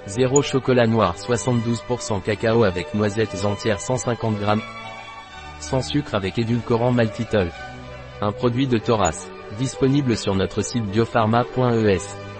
0 chocolat noir 72% cacao avec noisettes entières 150 g. Sans sucre avec édulcorant maltitol. Un produit de Thoras. Disponible sur notre site biopharma.es.